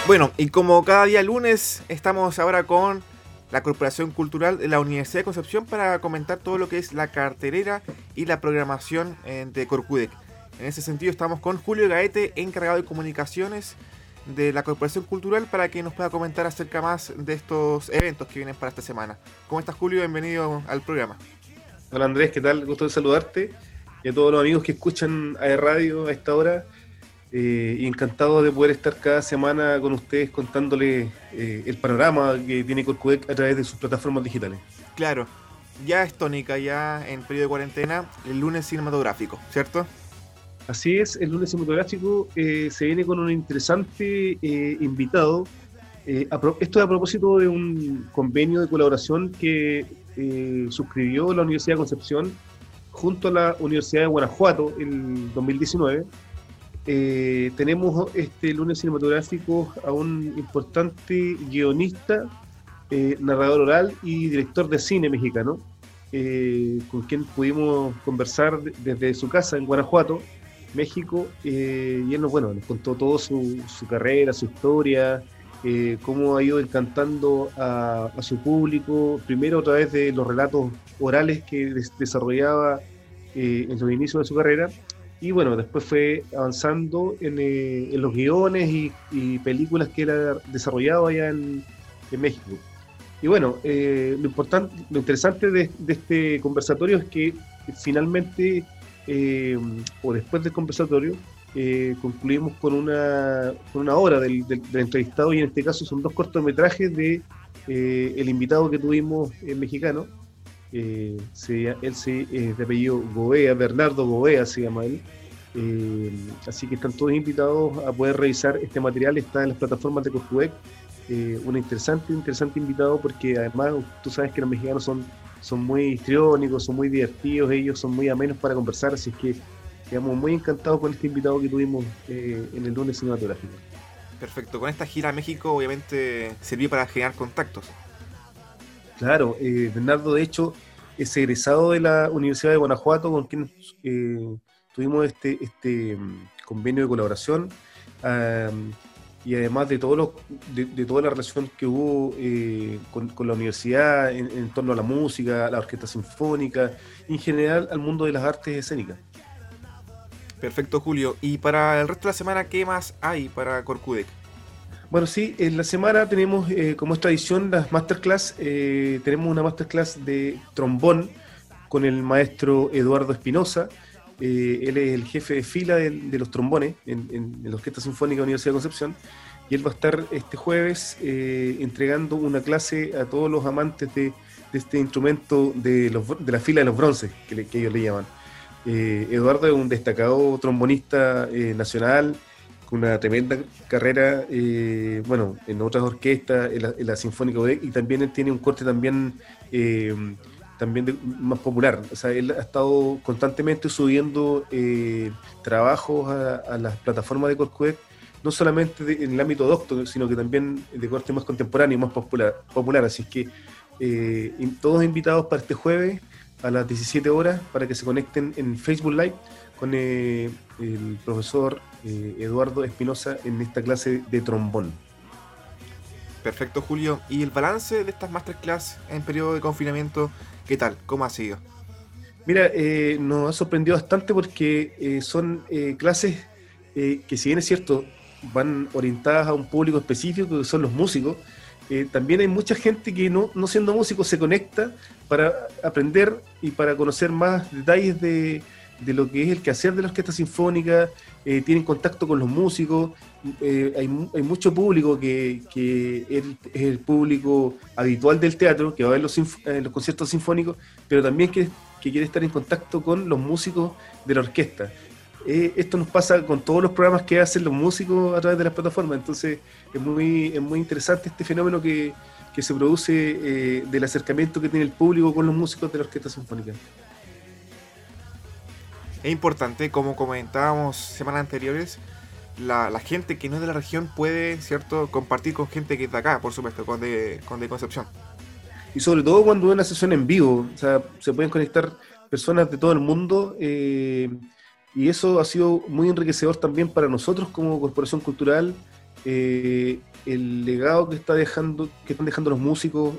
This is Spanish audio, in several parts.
Bueno, y como cada día lunes, estamos ahora con la Corporación Cultural de la Universidad de Concepción para comentar todo lo que es la cartelera y la programación de Corcudec. En ese sentido estamos con Julio Gaete, encargado de comunicaciones de la Corporación Cultural, para que nos pueda comentar acerca más de estos eventos que vienen para esta semana. ¿Cómo estás, Julio? Bienvenido al programa. Hola Andrés, ¿qué tal? Gusto de saludarte y a todos los amigos que escuchan a Radio a esta hora. Y encantado de poder estar cada semana con ustedes contándoles el panorama que tiene Corcudec a través de sus plataformas digitales. Claro, ya es tónica, ya en periodo de cuarentena, el lunes cinematográfico, ¿cierto? Así es, el lunes cinematográfico se viene con un interesante invitado. Esto es a propósito de un convenio de colaboración que suscribió la Universidad de Concepción junto a la Universidad de Guanajuato en 2019. Tenemos este lunes cinematográfico a un importante guionista, narrador oral y director de cine mexicano, con quien pudimos conversar desde su casa en Guanajuato, México, y él nos contó todo su carrera, su historia, cómo ha ido encantando a su público, primero a través de los relatos orales que desarrollaba en los inicios de su carrera. Y bueno, después fue avanzando en los guiones y películas que él ha desarrollado allá en México. Y bueno, lo interesante de este conversatorio es que finalmente, o después del conversatorio, concluimos con una obra del entrevistado, y en este caso son dos cortometrajes de el invitado que tuvimos mexicano. De apellido Gobea, Bernardo Gobea se llama él. Así que están todos invitados a poder revisar este material. Está en las plataformas de Corcudec. Un interesante invitado, porque además tú sabes que los mexicanos son muy histriónicos, son muy divertidos, ellos son muy amenos para conversar, así que quedamos muy encantados con este invitado que tuvimos en el lunes cinematográfico. Perfecto, con esta gira a México obviamente sirvió para generar contactos. Claro, Bernardo de hecho es egresado de la Universidad de Guanajuato, con quien tuvimos este convenio de colaboración, y además de de toda la relación que hubo con la universidad en torno a la música, a la orquesta sinfónica, y en general al mundo de las artes escénicas. Perfecto, Julio. Y para el resto de la semana, ¿qué más hay para Corcudec? Bueno, sí, en la semana tenemos, como es tradición, las masterclass. Tenemos una masterclass de trombón con el maestro Eduardo Espinosa. Él es el jefe de fila de los trombones en la Orquesta Sinfónica de la Universidad de Concepción. Y él va a estar este jueves entregando una clase a todos los amantes de este instrumento de la fila de los bronces, que ellos le llaman. Eduardo es un destacado trombonista nacional, con una tremenda carrera, en otras orquestas, en la Sinfónica UDEC, y también él tiene un corte también más popular. O sea, él ha estado constantemente subiendo trabajos a las plataformas de Corcudec, no solamente en el ámbito docto, sino que también de corte más contemporáneo y más popular. Así es que todos invitados para este jueves a las 17 horas para que se conecten en Facebook Live con el profesor Eduardo Espinosa en esta clase de trombón. Perfecto, Julio. ¿Y el balance de estas masterclass en periodo de confinamiento, qué tal? ¿Cómo ha sido? Mira, nos ha sorprendido bastante porque son clases que, si bien es cierto, van orientadas a un público específico, que son los músicos. También hay mucha gente que no siendo músico se conecta para aprender y para conocer más detalles de lo que es el quehacer de la orquesta sinfónica. Tienen contacto con los músicos. Hay mucho público que es el público habitual del teatro, que va a ver los conciertos sinfónicos, pero también que quiere estar en contacto con los músicos de la orquesta. Esto nos pasa con todos los programas que hacen los músicos a través de las plataformas. Entonces es muy interesante este fenómeno que se produce del acercamiento que tiene el público con los músicos de la orquesta sinfónica. Es importante, como comentábamos semanas anteriores, la gente que no es de la región puede, ¿cierto?, compartir con gente que es de acá, por supuesto, con de Concepción. Y sobre todo cuando es una sesión en vivo, o sea, se pueden conectar personas de todo el mundo, y eso ha sido muy enriquecedor también para nosotros como Corporación Cultural, el legado que que están dejando los músicos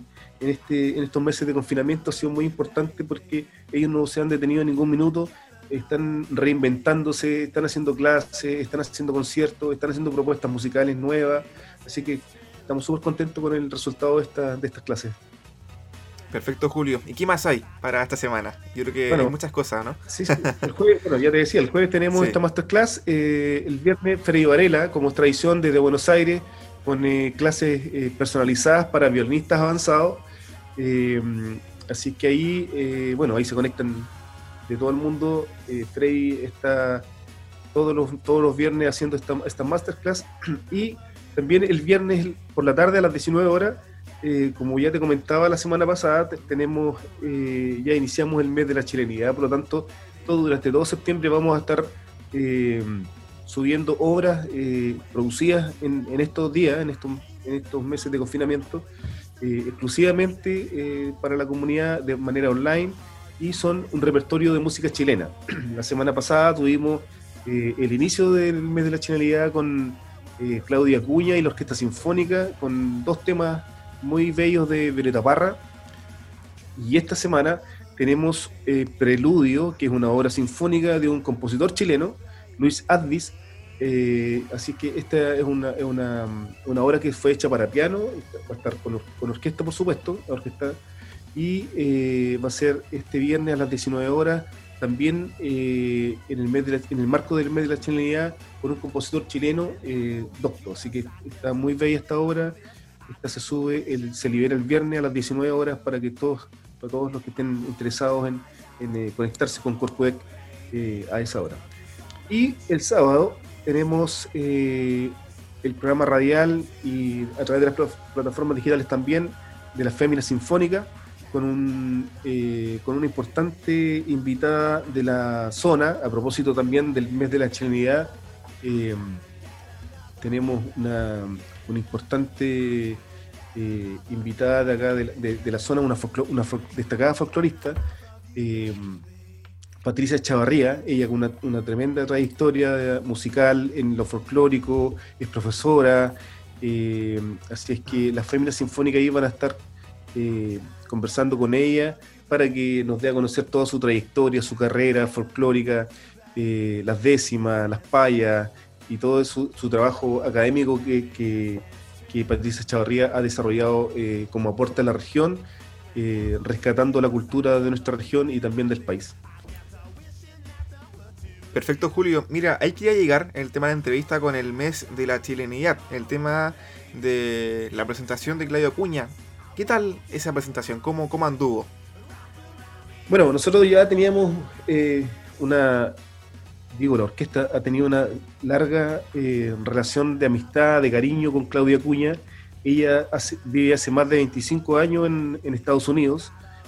en estos meses de confinamiento ha sido muy importante, porque ellos no se han detenido en ningún minuto, están reinventándose, están haciendo clases, están haciendo conciertos, están haciendo propuestas musicales nuevas, así que estamos súper contentos con el resultado de estas clases. Perfecto, Julio. ¿Y qué más hay para esta semana? Yo creo que Bueno, hay muchas cosas, ¿no? sí, sí. El jueves, bueno, ya te decía, el jueves tenemos Sí. esta masterclass. El viernes, Freddy Varela, como es tradición desde Buenos Aires, con clases personalizadas para violinistas avanzados. Eh, Así que ahí, bueno, ahí se conectan de todo el mundo. Freddy está todos los viernes haciendo esta masterclass. Y también el viernes por la tarde a las 19 horas, como ya te comentaba la semana pasada, ya iniciamos el mes de la chilenidad, por lo tanto, durante todo septiembre vamos a estar subiendo obras producidas en estos días, en estos meses de confinamiento, exclusivamente para la comunidad de manera online, y son un repertorio de música chilena. La semana pasada tuvimos el inicio del mes de la chilenidad con Claudia Acuña y la Orquesta Sinfónica, con 2 temas muy bellos de Violeta Parra. Y esta semana tenemos Preludio, que es una obra sinfónica de un compositor chileno, Luis Advis. Así que esta es una obra que fue hecha para piano, va a estar con orquesta, por supuesto, la orquesta, y va a ser este viernes a las 19 horas, también en el marco del mes de la chilenidad, con un compositor chileno, doctor. Así que está muy bella esta obra. Esta se libera el viernes a las 19 horas para todos los que estén interesados en conectarse con Corcudec a esa hora. Y el sábado tenemos el programa radial, y a través de las plataformas digitales también, de la Fémina Sinfónica, con una importante invitada de la zona, a propósito también del mes de la chilenidad. Tenemos una importante invitada de acá de la zona, una destacada folclorista, Patricia Chavarría, ella con una tremenda trayectoria musical en lo folclórico, es profesora, así es que las Féminas Sinfónicas ahí van a estar conversando con ella para que nos dé a conocer toda su trayectoria, su carrera folclórica, las décimas, las payas y todo su trabajo académico que Patricia Chavarría ha desarrollado como aporte a la región, rescatando la cultura de nuestra región y también del país. Perfecto, Julio. Mira, ahí quería llegar el tema de entrevista con el mes de la chilenidad, el tema de la presentación de Claudio Acuña. ¿Qué tal esa presentación? ¿Cómo anduvo? Bueno, nosotros ya teníamos la orquesta ha tenido una larga relación de amistad, de cariño con Claudia Acuña. Ella vive hace más de 25 años en Estados Unidos,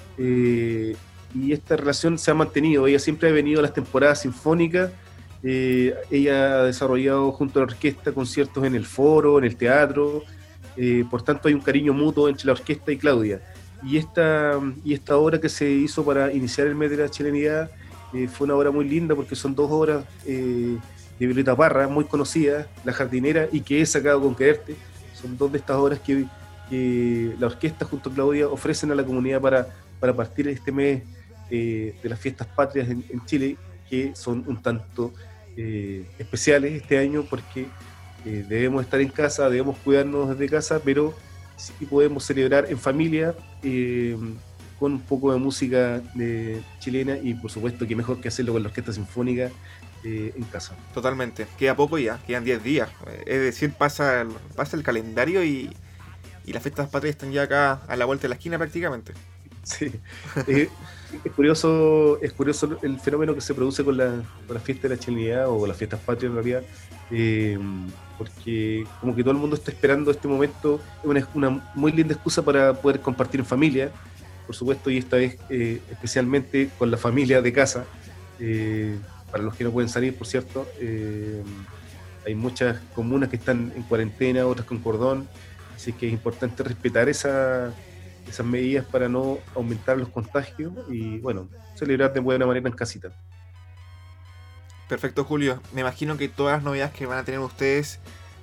y esta relación se ha mantenido. Ella siempre ha venido a las temporadas sinfónicas. Ella ha desarrollado junto a la orquesta conciertos en el foro, en el teatro. Por tanto, hay un cariño mutuo entre la orquesta y Claudia. Y esta obra que se hizo para iniciar el mes de la chilenidad fue una obra muy linda, porque son 2 obras de Violeta Parra, muy conocidas, La Jardinera y Que he sacado con quererte. Son 2 de estas obras que la orquesta junto a Claudia ofrecen a la comunidad para partir este mes de las fiestas patrias en Chile, que son un tanto especiales este año, porque debemos estar en casa, debemos cuidarnos desde casa, pero sí podemos celebrar en familia, con un poco de música chilena, y por supuesto que mejor que hacerlo con la Orquesta Sinfónica en casa. Totalmente. Queda poco ya, quedan 10 días. Es decir, pasa el calendario y las fiestas patrias están ya acá a la vuelta de la esquina prácticamente. Sí. Es curioso el fenómeno que se produce con la fiesta de la chilenidad, o con las fiestas patrias en realidad, porque como que todo el mundo está esperando este momento. Es una muy linda excusa para poder compartir en familia, por supuesto, y esta vez especialmente con la familia de casa, para los que no pueden salir, por cierto. Hay muchas comunas que están en cuarentena, otras con cordón, así que es importante respetar esas medidas para no aumentar los contagios y, bueno, celebrar de buena manera en casita. Perfecto, Julio. Me imagino que todas las novedades que van a tener ustedes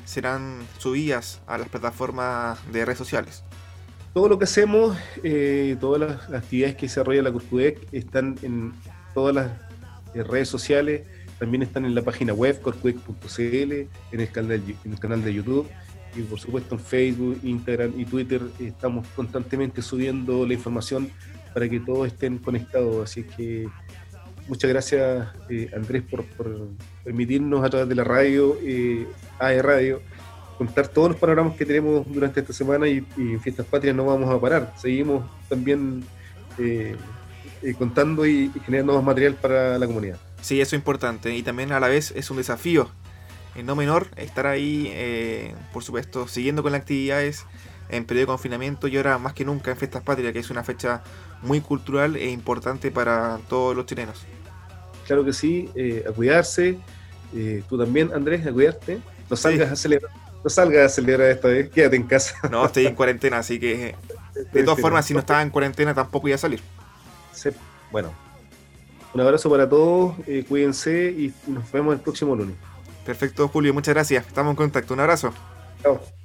serán subidas a las plataformas de redes sociales. Todo lo que hacemos, todas las actividades que desarrolla la Corcudec están en todas las redes sociales, también están en la página web corcudec.cl, en el canal de YouTube y por supuesto en Facebook, Instagram y Twitter. Estamos constantemente subiendo la información para que todos estén conectados, así que muchas gracias Andrés por permitirnos a través de la radio, AE Radio, contar todos los panoramas que tenemos durante esta semana y en Fiestas Patrias no vamos a parar, seguimos también contando y generando más material para la comunidad. Sí, eso es importante y también a la vez es un desafío no menor estar ahí, por supuesto, siguiendo con las actividades en periodo de confinamiento y ahora más que nunca en Fiestas Patrias, que es una fecha muy cultural e importante para todos los chilenos. Claro que sí, a cuidarse, tú también Andrés, a cuidarte, no salgas a celebrar. No salgas a celebrar esta vez, quédate en casa. No, estoy en cuarentena, así que de todas formas, si no estaba en cuarentena tampoco iba a salir. Sí, bueno, un abrazo para todos, cuídense y nos vemos el próximo lunes. Perfecto, Julio, muchas gracias. Estamos en contacto. Un abrazo. Chao.